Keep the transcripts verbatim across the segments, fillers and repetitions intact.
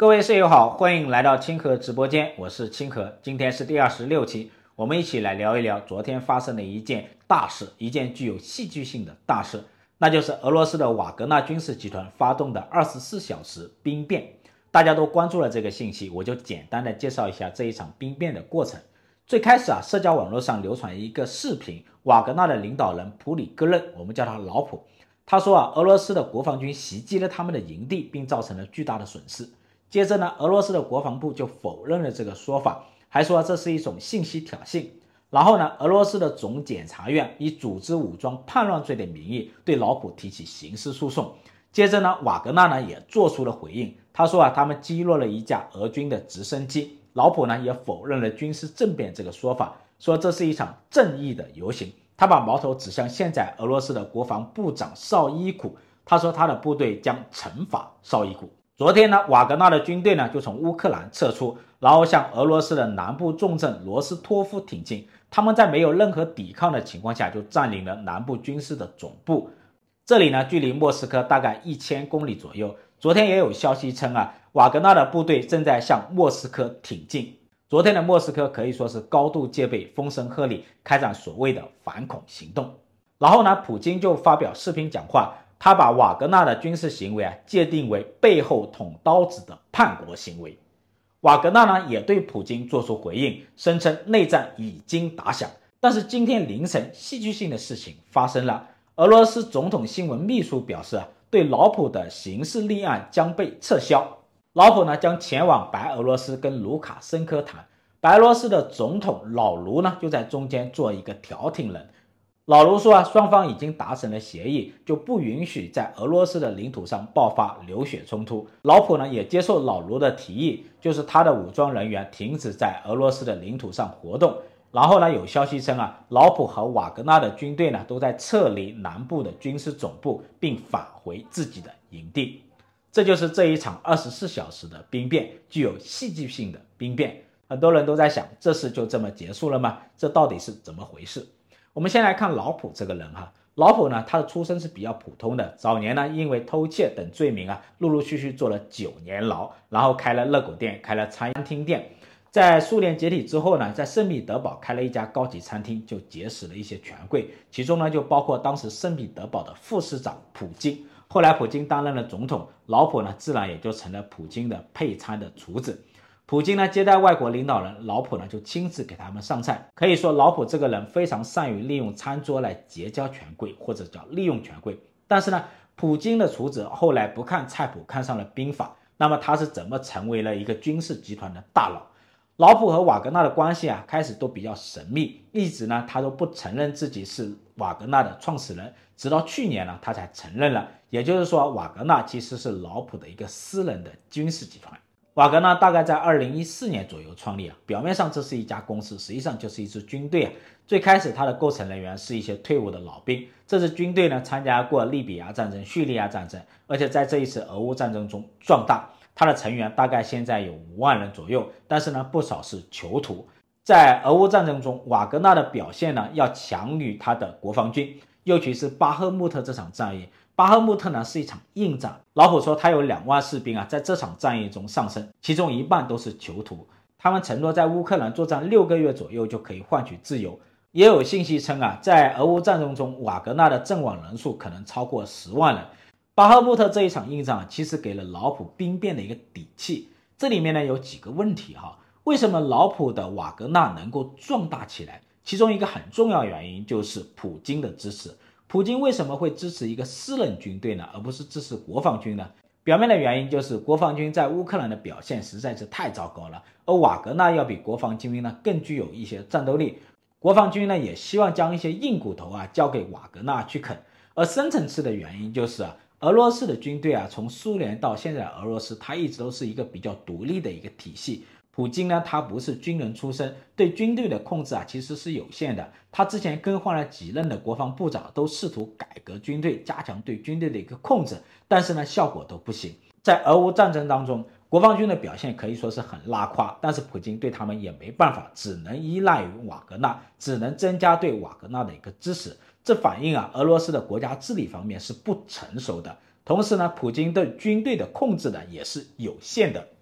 各位舍友好，欢迎来到清河直播间，我是清河，今天是第二十六期，我们一起来聊一聊昨天发生的一件大事，一件具有戏剧性的大事，那就是俄罗斯的瓦格纳军事集团发动的二十四小时兵变。大家都关注了这个信息，我就简单的介绍一下这一场兵变的过程。最开始啊，社交网络上流传一个视频，瓦格纳的领导人普里戈任，我们叫他老普，他说啊，俄罗斯的国防军袭击了他们的营地，并造成了巨大的损失。接着呢，俄罗斯的国防部就否认了这个说法，还说这是一种信息挑衅。然后呢，俄罗斯的总检察院以组织武装叛乱罪的名义对老普提起刑事诉讼。接着呢，瓦格纳呢也做出了回应，他说啊，他们击落了一架俄军的直升机。老普呢也否认了军事政变这个说法，说这是一场正义的游行。他把矛头指向现在俄罗斯的国防部长绍伊古，他说他的部队将惩罚绍伊古。昨天呢，瓦格纳的军队呢就从乌克兰撤出，然后向俄罗斯的南部重镇罗斯托夫挺进。他们在没有任何抵抗的情况下就占领了南部军事的总部。这里呢距离莫斯科大概一千公里左右。昨天也有消息称啊，瓦格纳的部队正在向莫斯科挺进。昨天的莫斯科可以说是高度戒备，风声鹤唳，开展所谓的反恐行动。然后呢，普京就发表视频讲话，他把瓦格纳的军事行为啊界定为背后捅刀子的叛国行为。瓦格纳呢也对普京做出回应，声称内战已经打响。但是今天凌晨，戏剧性的事情发生了。俄罗斯总统新闻秘书表示啊，对老普的刑事立案将被撤销。老普呢将前往白俄罗斯跟卢卡申科谈，白俄罗斯的总统老卢呢就在中间做一个调停人。老卢说啊，双方已经达成了协议，就不允许在俄罗斯的领土上爆发流血冲突。老普呢也接受老卢的提议，就是他的武装人员停止在俄罗斯的领土上活动。然后呢，有消息称啊，老普和瓦格纳的军队呢都在撤离南部的军事总部，并返回自己的营地。这就是这一场二十四小时的兵变，具有戏剧性的兵变。很多人都在想，这事就这么结束了吗？这到底是怎么回事？我们先来看老普这个人哈。老普呢，他的出身是比较普通的，早年呢因为偷窃等罪名啊，陆陆续续坐了九年牢，然后开了热狗店，开了餐厅店。在苏联解体之后呢，在圣彼得堡开了一家高级餐厅，就结识了一些权贵，其中呢就包括当时圣彼得堡的副市长普京。后来普京担任了总统，老普呢自然也就成了普京的配餐的厨子。普京呢接待外国领导人，老普呢就亲自给他们上菜。可以说老普这个人非常善于利用餐桌来结交权贵，或者叫利用权贵。但是呢，普京的厨子后来不看菜谱，看上了兵法，那么他是怎么成为了一个军事集团的大佬？老普和瓦格纳的关系啊，开始都比较神秘，一直呢他都不承认自己是瓦格纳的创始人，直到去年呢他才承认了。也就是说，瓦格纳其实是老普的一个私人的军事集团。瓦格纳大概在二零一四年左右创立啊，表面上这是一家公司，实际上就是一支军队啊。最开始它的构成人员是一些退伍的老兵，这支军队呢参加过利比亚战争、叙利亚战争，而且在这一次俄乌战争中壮大。他的成员大概现在有五万人左右，但是呢，不少是囚徒。在俄乌战争中，瓦格纳的表现呢要强于他的国防军，尤其是巴赫穆特这场战役。巴赫穆特呢是一场硬仗，老普说他有两万士兵啊，在这场战役中丧生，其中一半都是囚徒。他们承诺在乌克兰作战六个月左右就可以换取自由。也有信息称啊，在俄乌战争中，瓦格纳的阵亡人数可能超过十万人。巴赫穆特这一场硬仗其实给了老普兵变的一个底气。这里面呢有几个问题哈，为什么老普的瓦格纳能够壮大起来？其中一个很重要原因就是普京的支持。普京为什么会支持一个私人军队呢，而不是支持国防军呢？表面的原因就是国防军在乌克兰的表现实在是太糟糕了，而瓦格纳要比国防军呢更具有一些战斗力。国防军呢也希望将一些硬骨头啊交给瓦格纳去啃。而深层次的原因就是啊，俄罗斯的军队啊，从苏联到现在的俄罗斯，它一直都是一个比较独立的一个体系。普京呢，他不是军人出身，对军队的控制啊其实是有限的。他之前更换了几任的国防部长，都试图改革军队，加强对军队的一个控制，但是呢效果都不行。在俄乌战争当中，国防军的表现可以说是很拉胯，但是普京对他们也没办法，只能依赖于瓦格纳，只能增加对瓦格纳的一个支持。这反映啊，俄罗斯的国家治理方面是不成熟的。同时呢，普京对军队的控制呢也是有限的。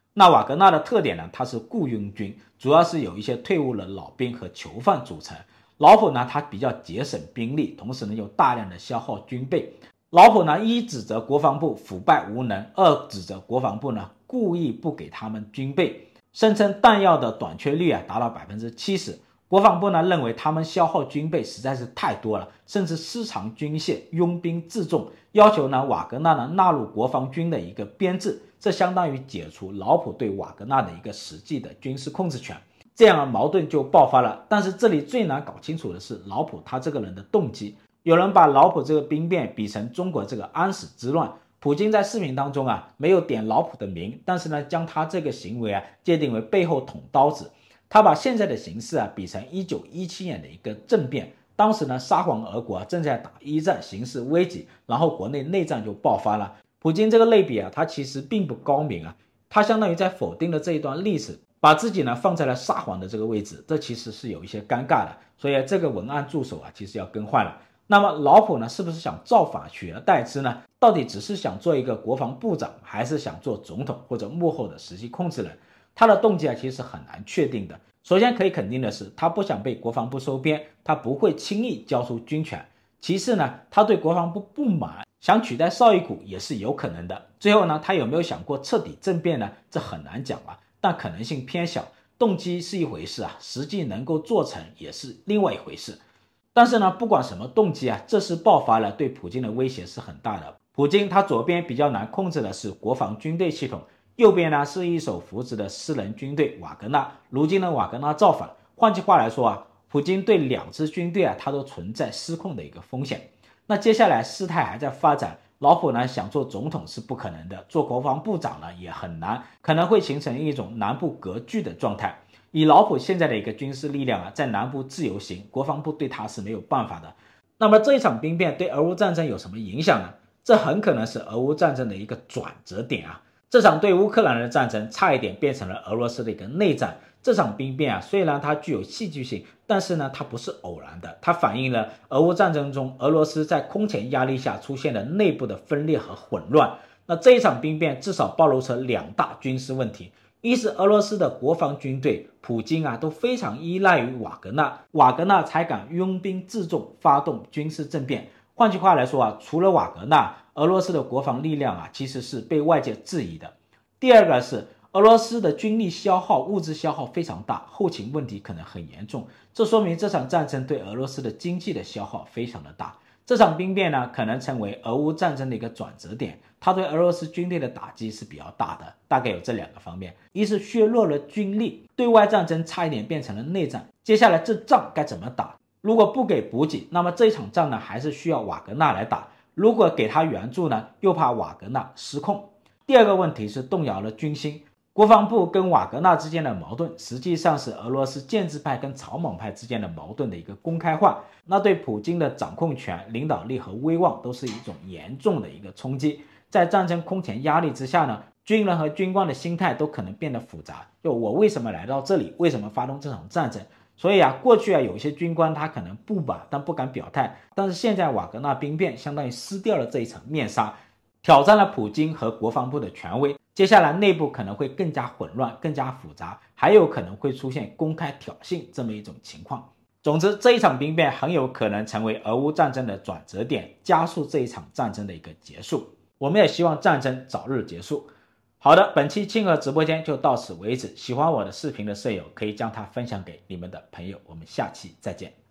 那瓦格纳的特点呢，它是雇佣军，主要是有一些退伍的老兵和囚犯组成。老普呢，他比较节省兵力，同时呢又大量的消耗军备。老普呢，一指责国防部腐败无能，二指责国防部呢故意不给他们军备，声称弹药的短缺率啊达到 百分之七十。国防部呢认为他们消耗军备实在是太多了，甚至失常军械，拥兵自重，要求呢瓦格纳呢纳入国防军的一个编制，这相当于解除老普对瓦格纳的一个实际的军事控制权。这样矛盾就爆发了。但是这里最难搞清楚的是老普他这个人的动机。有人把老普这个兵变比成中国这个安史之乱，普京在视频当中啊没有点老普的名，但是呢将他这个行为啊界定为背后捅刀子。他把现在的形势啊比成一九一七年的一个政变，当时呢沙皇俄国、啊、正在打一战，形势危急，然后国内内战就爆发了。普京这个类比啊他其实并不高明啊，他相当于在否定了这一段历史，把自己呢放在了沙皇的这个位置，这其实是有一些尴尬的，所以这个文案助手啊其实要更换了。那么老普呢是不是想造反取而代之呢？到底只是想做一个国防部长，还是想做总统或者幕后的实际控制人？他的动机啊其实很难确定的。首先可以肯定的是，他不想被国防部收编，他不会轻易交出军权。其次呢，他对国防部不满，想取代绍伊古也是有可能的。最后呢，他有没有想过彻底政变呢？这很难讲啊，但可能性偏小。动机是一回事啊，实际能够做成也是另外一回事。但是呢，不管什么动机啊，这次爆发了，对普京的威胁是很大的。普京他左边比较难控制的是国防军队系统，右边呢是一手扶植的私人军队瓦格纳。如今呢，瓦格纳造反，换句话来说啊，普京对两支军队啊，它都存在失控的一个风险。那接下来事态还在发展，老普呢想做总统是不可能的，做国防部长呢也很难，可能会形成一种南部割据的状态。以老普现在的一个军事力量啊，在南部自由行，国防部对他是没有办法的。那么这一场兵变对俄乌战争有什么影响呢？这很可能是俄乌战争的一个转折点啊。这场对乌克兰的战争差一点变成了俄罗斯的一个内战。这场兵变啊，虽然它具有戏剧性，但是呢，它不是偶然的，它反映了俄乌战争中俄罗斯在空前压力下出现的内部的分裂和混乱。那这一场兵变至少暴露出两大军事问题。一是俄罗斯的国防军队，普京啊都非常依赖于瓦格纳，瓦格纳才敢拥兵自重，发动军事政变。换句话来说啊，除了瓦格纳，俄罗斯的国防力量啊其实是被外界质疑的。第二个是俄罗斯的军力消耗、物质消耗非常大，后勤问题可能很严重，这说明这场战争对俄罗斯的经济的消耗非常的大。这场兵变呢，可能成为俄乌战争的一个转折点，它对俄罗斯军队的打击是比较大的，大概有这两个方面：一是削弱了军力，对外战争差一点变成了内战，接下来这仗该怎么打？如果不给补给，那么这一场仗呢，还是需要瓦格纳来打；如果给他援助呢，又怕瓦格纳失控。第二个问题是动摇了军心。国防部跟瓦格纳之间的矛盾，实际上是俄罗斯建制派跟草莽派之间的矛盾的一个公开化，那对普京的掌控权、领导力和威望都是一种严重的一个冲击。在战争空前压力之下呢，军人和军官的心态都可能变得复杂，就我为什么来到这里，为什么发动这场战争？所以啊，过去啊有些军官他可能不满，但不敢表态，但是现在瓦格纳兵变相当于撕掉了这一层面纱，挑战了普京和国防部的权威。接下来内部可能会更加混乱，更加复杂，还有可能会出现公开挑衅这么一种情况。总之，这一场兵变很有可能成为俄乌战争的转折点，加速这一场战争的一个结束。我们也希望战争早日结束。好的，本期清河直播间就到此为止。喜欢我的视频的舍友可以将它分享给你们的朋友，我们下期再见。